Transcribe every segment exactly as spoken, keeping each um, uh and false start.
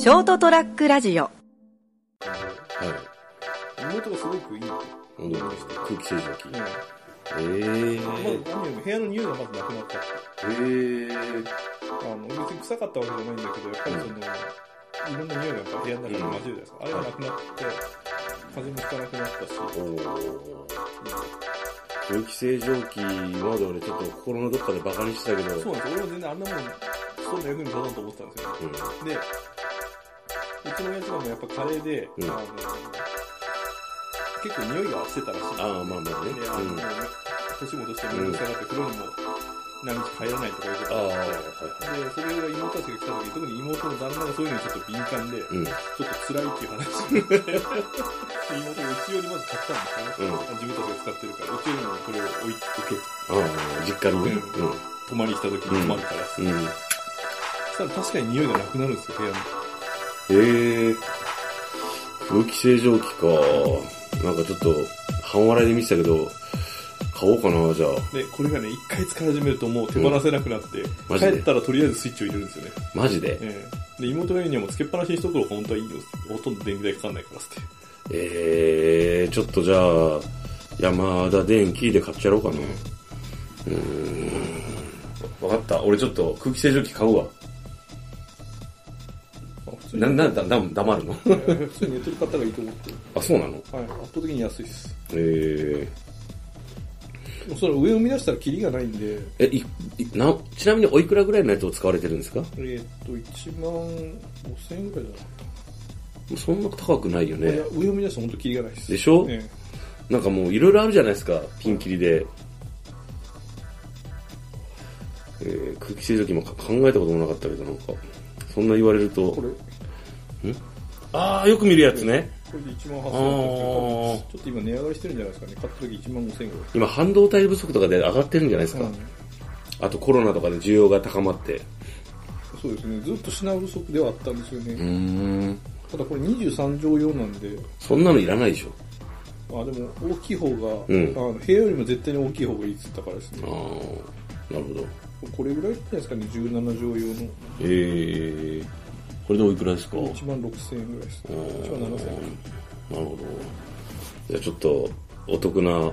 ショートトラックラジオ。 はい。妹がすごくいいと思いまして。 空気清浄機。 うんえー、 まず何よりも部屋の匂いがまずなくなったって。 えー、 あの別に臭かったわけじゃないんだけど、やっぱりその、うん、いろんな匂いがやっぱ部屋の中に混じるじゃないですか。うん、あれがなくなって、風も吹かなくなったし。おー、 空気清浄機、今まで俺ちょっと心のどっかでバカにしてたけど。 そうなんですよ。俺も全然あんなもん、そんな役に立たんと思ってたんですよ、ね。うん、で、うちの親父がもうやっぱカレーで、うん、あの結構匂いがしてたらしい。 ああ、まあまあね。 で、あの、うん、年も年して面倒くさがって風呂にも何日入らないとかいうことがあって、あ、はい、で、それが妹たちが来た時、特に妹の旦那がそういうのにちょっと敏感で、うん、ちょっと辛いっていう話になって、妹がうちよりまず買ったんですよね。うん、自分たちが使ってるから、うちよりもこれを置いとけ。 ああ、実家にね。うん、 泊まりに来た時に泊まるから。うんうん、そしたら確かに匂いがなくなるんですよ、部屋に。 へえー、空気清浄機か。なんかちょっと、半笑いで見てたけど、買おうかな、じゃあ。 で、これがね、一回使い始めるともう手放せなくなって、うん、帰ったらとりあえずスイッチを入れるんですよね。 マジで、 えー、で、妹が言うにはもうつけっぱなしにしとくの本当はいいよ。ほとんど電気代かかんないからって。 えー、ちょっとじゃあ、山田電機で買っちゃろうかな。うん。うーん。わかった。俺ちょっと空気清浄機買うわ。な、な、だ、だ、黙るの普通にネットで買ったらいいと思って。 あ、そうなの？ はい。圧倒的に安いです。 えー。もうそれ上を見出したらキリがないんで。 え、い、い、な、ちなみにおいくらぐらいのやつを使われてるんですか？ えーっと、いちまんごせんえんぐらいじゃなかった。 そんな高くないよね。 上を見出したら本当キリがないです。 でしょ？ えー、なんかもういろいろあるじゃないですか。ピンキリで。えー、空気清浄機も考えたこともなかったけど、なんか、そんな言われると。 これんああ、よく見るやつね。 これでいちまんはっせんえんとかちょっと今値上がりしてるんじゃないですかね。買った時いちまんごせんえんぐらい。 今半導体不足とかで上がってるんじゃないですか。うん、あとコロナとかで需要が高まって。 そうですね。ずっと品不足ではあったんですよね。 うーん。 ただこれにじゅうさんじょうようなんで。 そんなのいらないでしょ。あ、でも大きい方が、 うん、 あの部屋よりも絶対に大きい方がいいって言ったからですね。 ああ、なるほど。 これぐらいじゃないですかね。じゅうななじょうようの。 えー。これでおいくらですか？ いちまんろくせんえんぐらいです。いちまんななせんえん。 なるほど。じゃあちょっとお得な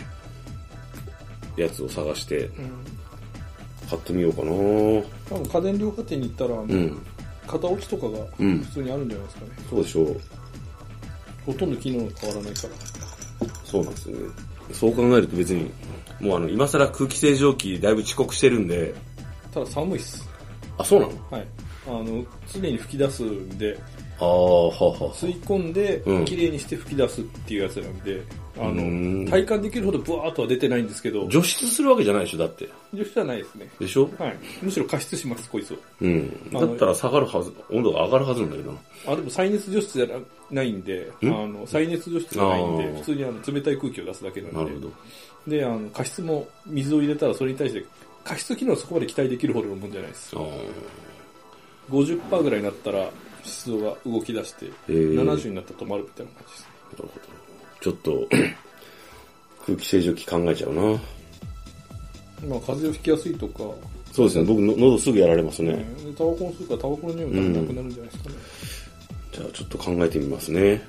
やつを探して買ってみようかな。多分家電量販店に行ったら、うん、型落ちとかが普通にあるんじゃないですかね。 うん、そうでしょう。 ほとんど機能が変わらないから。 そうなんですよね。そう考えると別にもうあの今更空気清浄機だいぶ遅刻してるんで。 ただ寒いっす。 あ、そうなの？ はい。あの常に吹き出すんで、 ああ、はは吸い込んで、うん、綺麗にして吹き出すっていうやつなんで、あの体感できるほどブワーっとは出てないんですけど、 除湿するわけじゃないでしょ、だって。 除湿はないですね。 でしょ？ はい。むしろ加湿します、こいつを。 うん。だったら下がるはず、温度が上がるはずなんだけどな。 あ、でも再熱除湿じゃないんで、あの再熱除湿じゃないんで、普通にあの冷たい空気を出すだけなんで。 なるほど。 で、あの加湿も水を入れたらそれに対して加湿機能はそこまで期待できるほどのもんじゃないです。ああ。ごじゅっパーセント ぐらいになったら湿度が動き出して、えー、ななじゅうになったら止まるみたいな感じですね。 なるほど。ちょっと空気清浄機考えちゃうな。 まあ風邪をひきやすいとか。 そうですね。僕の喉すぐやられますね。 ね、でタバコも吸うからタバコの匂いもなくなるんじゃないですかね、 うん。じゃあちょっと考えてみますね。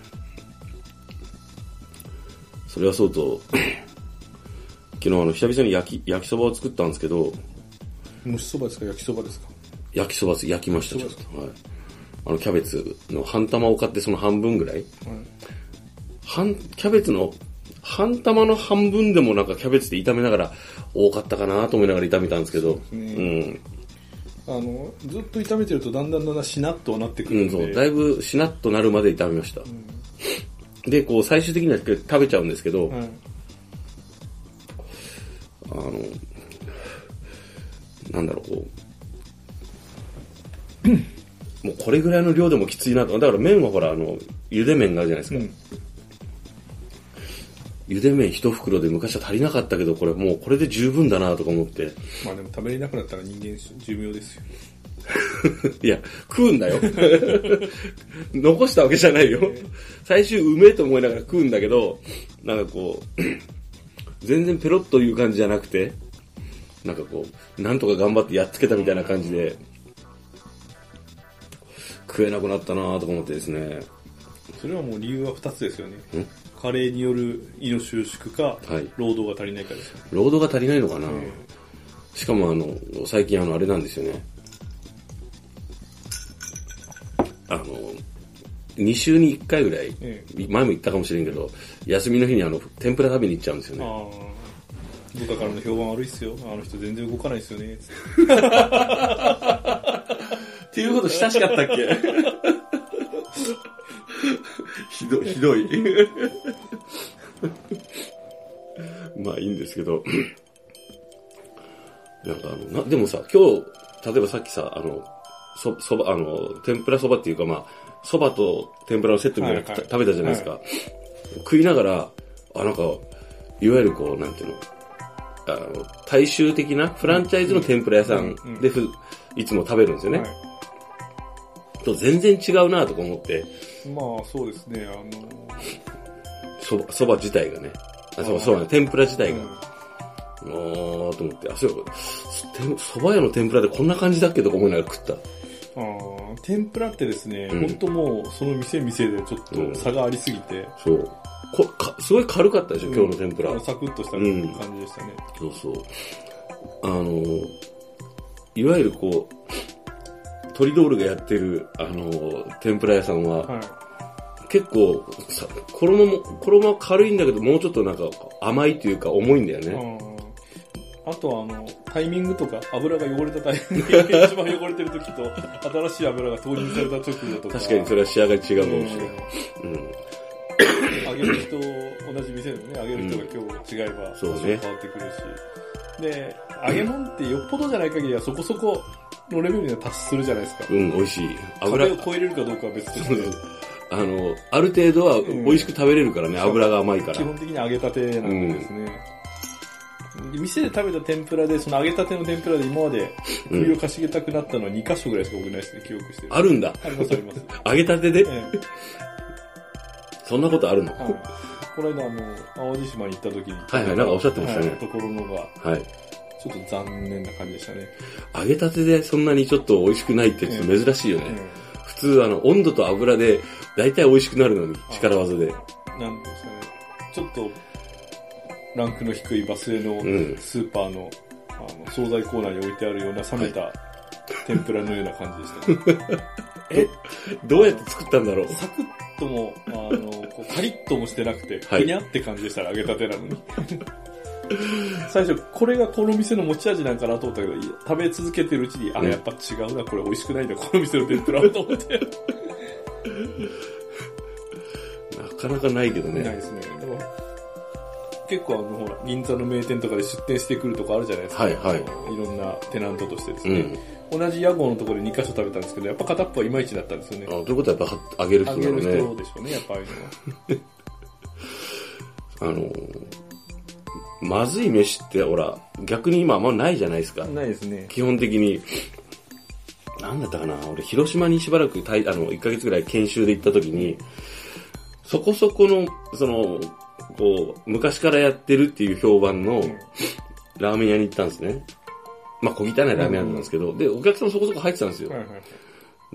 それはそうと昨日あの久々に焼き焼きそばを作ったんですけど。 蒸しそばですか焼きそばですか？ 焼きそば焼きましたちょっと。はい。あのキャベツの半玉を買ってその半分ぐらい。はい、半キャベツの半玉の半分でもなんかキャベツで炒めながら多かったかなと思いながら炒めたんですけど。そうですね。 うん。あのずっと炒めてるとだんだんだんだんしなっとはなってくるんで。 うん、そうだいぶしなっとなるまで炒めました。うん、でこう最終的には食べちゃうんですけど。はい、あのなんだろうこう。もうこれぐらいの量でもきついなと。だから麺はほらあの茹で麺があるじゃないですか、うん、茹で麺一袋で昔は足りなかったけどこれもうこれで十分だなとか思って。 まあでも食べれなくなったら人間寿命ですよいや食うんだよ残したわけじゃないよ、えー、最終うめえと思いながら食うんだけどなんかこう全然ペロッという感じじゃなくてなんかこうなんとか頑張ってやっつけたみたいな感じで食えなくなったなぁとか思ってですね。 それはもう理由はふたつですよね。加齢による胃の収縮か、はい、労働が足りないかですよね。 労働が足りないのかな、うん、しかもあの、最近あの、あれなんですよね。あの、に週にいっかいぐらい、ええ、前も言ったかもしれんけど、休みの日にあの、天ぷら食べに行っちゃうんですよね。あ部下からの評判悪いっすよ。あの人全然動かないっすよね。 っていうこと親しかったっけひどい、ひどい。まあいいんですけど。なんかあの、な、でもさ、今日、例えばさっきさ、あの、そ、そば、あの、天ぷらそばっていうかまあ、そばと天ぷらのセットみたいなの、はいはい、食べたじゃないですか、はい。食いながら、あ、なんか、いわゆるこう、なんていうの、あの、大衆的なフランチャイズの天ぷら屋さんでふ、いつも食べるんですよね。はい、と全然違うなとか思って。 まあそうですね、あのそば、そば自体がね。あ、そう、そうね、天ぷら自体が。うん、あーと思って、あ、そう、そば屋の天ぷらでこんな感じだっけとか思いながら食った。 あ天ぷらってですね、うん、本当もうその店店でちょっと差がありすぎて。うん、 そう。こかすごい軽かったでしょ、うん、今日の天ぷら。 サクッとした感じでしたね、 うん。そうそう。あの、いわゆるこう、トリドールがやってる、あの、天ぷら屋さんは、はい、結構さ、衣も、衣は軽いんだけど、もうちょっとなんか甘いというか重いんだよね。 あ, あとはあの、タイミングとか、油が汚れたタイミングが一番汚れてる時と、新しい油が投入された直後とか。 確かにそれは仕上がり違うかもしれない。うん。 揚げる人、同じ店でもね、揚げる人が今日違えば、多少変わってくるし。で、揚げ物ってよっぽどじゃない限りはそこそこのレベルには達するじゃないですか。 うん、美味しい。 油を超えれるかどうかは別として。 あの、ある程度は美味しく食べれるからね、うん、油が甘いから。 基本的に揚げたてなんですね。うん、店で食べた天ぷらで、その揚げたての天ぷらで今まで首をかしげたくなったのはにか所ぐらいしか僕ないですね、記憶してる。 あるんだ。 ありますあります。 揚げたてで、ええ、そんなことあるの、はい、 この間あの、淡路島に行った時に。 はいはい、なんかおっしゃってましたね。はい、 ところのが。はい。ちょっと残念な感じでしたね。 揚げたてでそんなにちょっと美味しくないってちょっと珍しいよね。うんうん、普通あの、温度と油で大体美味しくなるのに、力技で。 なんですかね。ちょっと、ランクの低いバスへのスーパーの、うん、あの、惣菜コーナーに置いてあるような冷めた天ぷらのような感じでしたね。 えどうやって作ったんだろう。 サクッとも、あの、こうカリッともしてなくて、ふにゃって感じでしたら揚げたてなのに。最初、これがこの店の持ち味なんかなと思ったけど、食べ続けてるうちに、あ、うん、やっぱ違うな、これ美味しくないんだ、この店の天ぷらと思って。 なかなかないけどね。 ないですね。でも結構あの、ほら、銀座の名店とかで出店してくるとこあるじゃないですか。はいはい。いろんなテナントとしてですね。うん、同じ屋号のところでにか所食べたんですけど、やっぱ片っぽはいまいちだったんですよね。 あ、ということはやっぱ揚げる人だろうね。 揚げる人でしょうね、やっぱああいうのは。あのー、まずい飯ってほら、逆に今あんまないじゃないですか。 ないですね。 基本的に。なんだったかな、俺広島にしばらくたいあのいっかげつぐらい研修で行った時に、そこそこのそのこう昔からやってるっていう評判のラーメン屋に行ったんですね。まあ小汚いラーメン屋なんですけど、うんうん、でお客さんそこそこ入ってたんですよ。はいはいはい、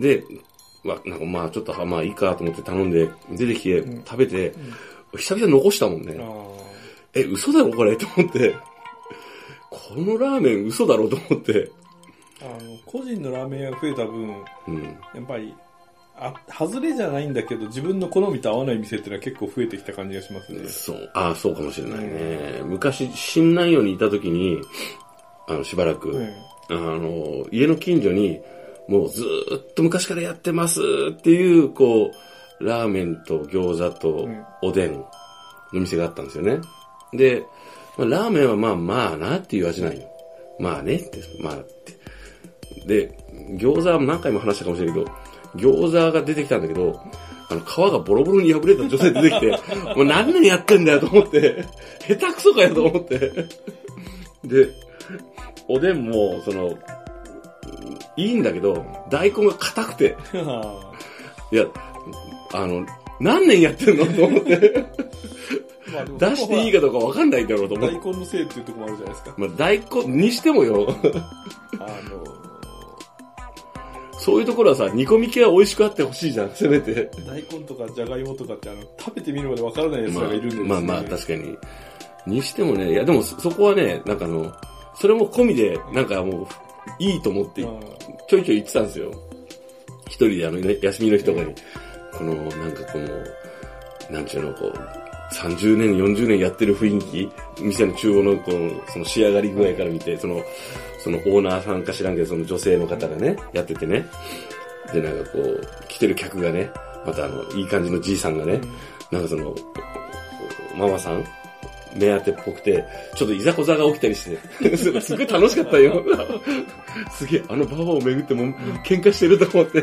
で、まあなんかまあちょっとまあいいかと思って頼んで出てきて食べて、うんうん、久々残したもんね。え、嘘だろこれと思って。このラーメン嘘だろと思って。 あの、個人のラーメン屋が増えた分、うん、やっぱり、あ、外れじゃないんだけど、自分の好みと合わない店っていうのは結構増えてきた感じがしますね。 そう、ああ、そうかもしれないね。うん、昔、新南陽にいた時に、あの、しばらく、うん、あの、家の近所に、もうずーっと昔からやってますっていう、こう、ラーメンと餃子とおでんの店があったんですよね。で、まあ、ラーメンはまあまあなっていう味なんよ。まあねって、まあって。で、餃子は何回も話したかもしれないけど、餃子が出てきたんだけど、あの、皮がボロボロに破れた女性出てきて、もう何年やってんだよと思って、下手くそかよと思って。で、おでんも、その、いいんだけど、大根が硬くて、いや、あの、何年やってんのと思って。まあ、出していいかどうか分かんないだろうと思って。 大根のせいっていうところもあるじゃないですか。 まあ大根にしてもよ。 あのー、 そういうところはさ、煮込み系は美味しくあってほしいじゃん、せめて。 大根とかじゃがいもとかってあの、食べてみるまでわからない奴らがいるんですよね。 まあまあまあ、確かに。にしてもね、いやでもそこはね、なんかあの、それも込みで、なんかもう、いいと思って、ちょいちょい言ってたんですよ。一人であの、ね、休みの日とかに、この、なんかこの、なんちゅうの、こう、さんじゅうねん、よんじゅうねんやってる雰囲気、店の中央のこの、その仕上がり具合から見て、その、そのオーナーさんか知らんけど、その女性の方がね、やっててね。で、なんかこう、来てる客がね、またあの、いい感じのじいさんがね、なんかその、ママさん目当てっぽくて、ちょっといざこざが起きたりして、すごい楽しかったよ。すげえ、あのババを巡っても喧嘩してると思って。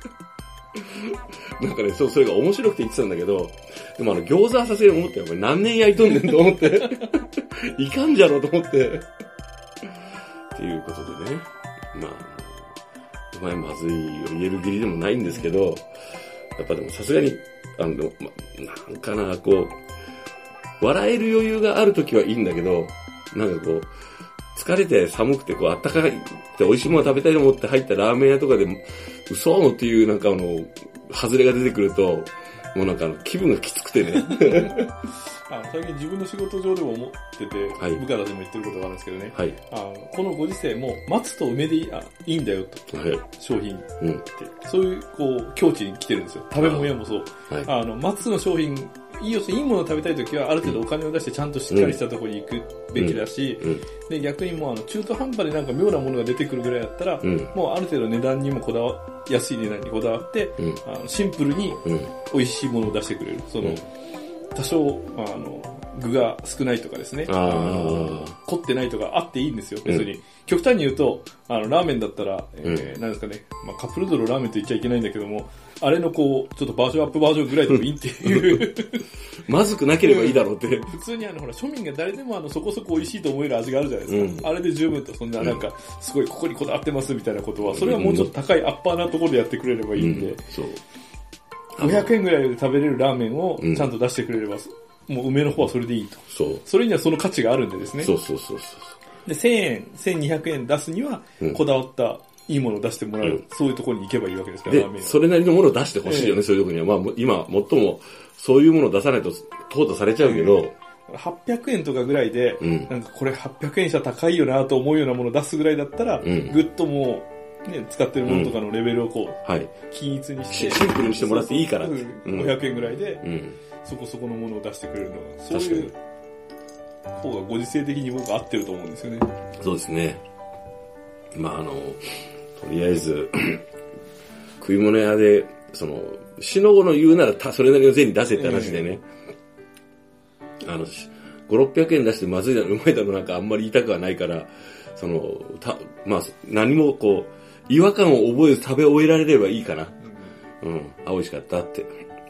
なんかね、そう、それが面白くて言ってたんだけど、でもあの、餃子はさせる思ってやっぱり何年焼いとんねんと思って、いかんじゃろうと思って。っていうことでね、まあ、うまいまずいを言える義理でもないんですけど、やっぱでもさすがに、あの、ま、なんかな、こう、笑える余裕があるときはいいんだけど、なんかこう、疲れて寒くてこう、あったかいって美味しいもの食べたいと思って入ったラーメン屋とかで、嘘っていうなんかあの、外れが出てくると、もうなんかあの気分がきつくてね。 あの最近自分の仕事上でも思ってて、はい、部下たちも言ってることがあるんですけどね、はい、あのこのご時世も松と梅でいい、あ、いいんだよと、はい、商品って、うん、そういうこう境地に来てるんですよ。食べ物屋もそう。はい、あの松の商品、いいよ、いいものを食べたいときはある程度お金を出してちゃんとしっかりしたところに行くべきだし、うんうん、で逆にもうあの中途半端でなんか妙なものが出てくるぐらいだったら、うん、もうある程度値段にもこだわ安い値段にこだわって、うん、あのシンプルに美味しいものを出してくれる。その、うん、多少あの具が少ないとかですね、あの凝ってないとかあっていいんですよ。別に、うん、極端に言うとあのラーメンだったら、えーうん、なんですかね、まあ、カップヌードルラーメンと言っちゃいけないんだけども、あれのこうちょっとバージョンアップバージョンぐらいでもいいっていうまずくなければいいだろうって普通にあのほら庶民が誰でもあのそこそこ美味しいと思える味があるじゃないですか、うん、あれで十分と、そんななんかすごいここにこだわってますみたいなことは、それはもうちょっと高いアッパーなところでやってくれればいいんで、うん、そうごひゃくえんぐらいで食べれるラーメンをちゃんと出してくれれば、うん、もう梅の方はそれでいいと。そう。それにはその価値があるんでですね。そうそうそうそう。で、せんえん、せんにひゃくえん出すには、こだわったいいものを出してもらう、うん、そういうところに行けばいいわけですから、ラーメンは。 それなりのものを出してほしいよね、えー、そういうところには。まあ、今、最も、そういうものを出さないと、淘汰されちゃうけど、 うん、はっぴゃくえんとかぐらいで、うん、なんかこれはっぴゃくえんじゃ高いよなと思うようなものを出すぐらいだったら、うん、ぐっともう、ね、使ってるものとかのレベルをこう、うんはい、均一にして、 シンプルにしてもらっていいから。 ごひゃくえんぐらいで、うん、そこそこのものを出してくれるのは、そういう方がご時世的に僕は合ってると思うんですよね。 そうですね。まああの、とりあえず、食い物屋で、その、しのごの言うならたそれなりの銭出せって話でね、えー、あの、ご、ろっぴゃくえん出してまずいだろ、うまいだろなんかあんまり言いたくはないから、その、た、まあ、何もこう、違和感を覚えず食べ終えられればいいかな。うん。あ、美味しかったって。という。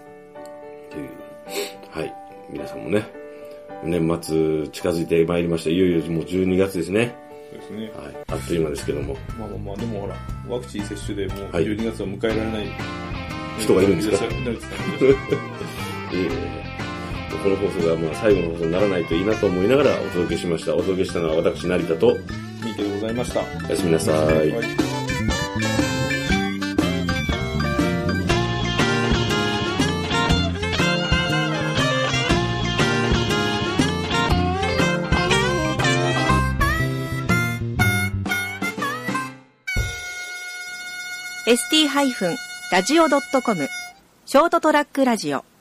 はい。皆さんもね、年末近づいてまいりました。いよいよもうじゅうにがつですね。 そうですね。 はい。あっという間ですけども。 まあまあまあ、でもほら、ワクチン接種でもうじゅうにがつを迎えられない、はい、 人がいるんですかいえいえ。この放送がまあ最後の放送にならないといいなと思いながらお届けしました。お届けしたのは私、成田と、 三池でございました。 おやすみなさい。はい、 エスティー ラジオ ドットコム ショートトラックラジオ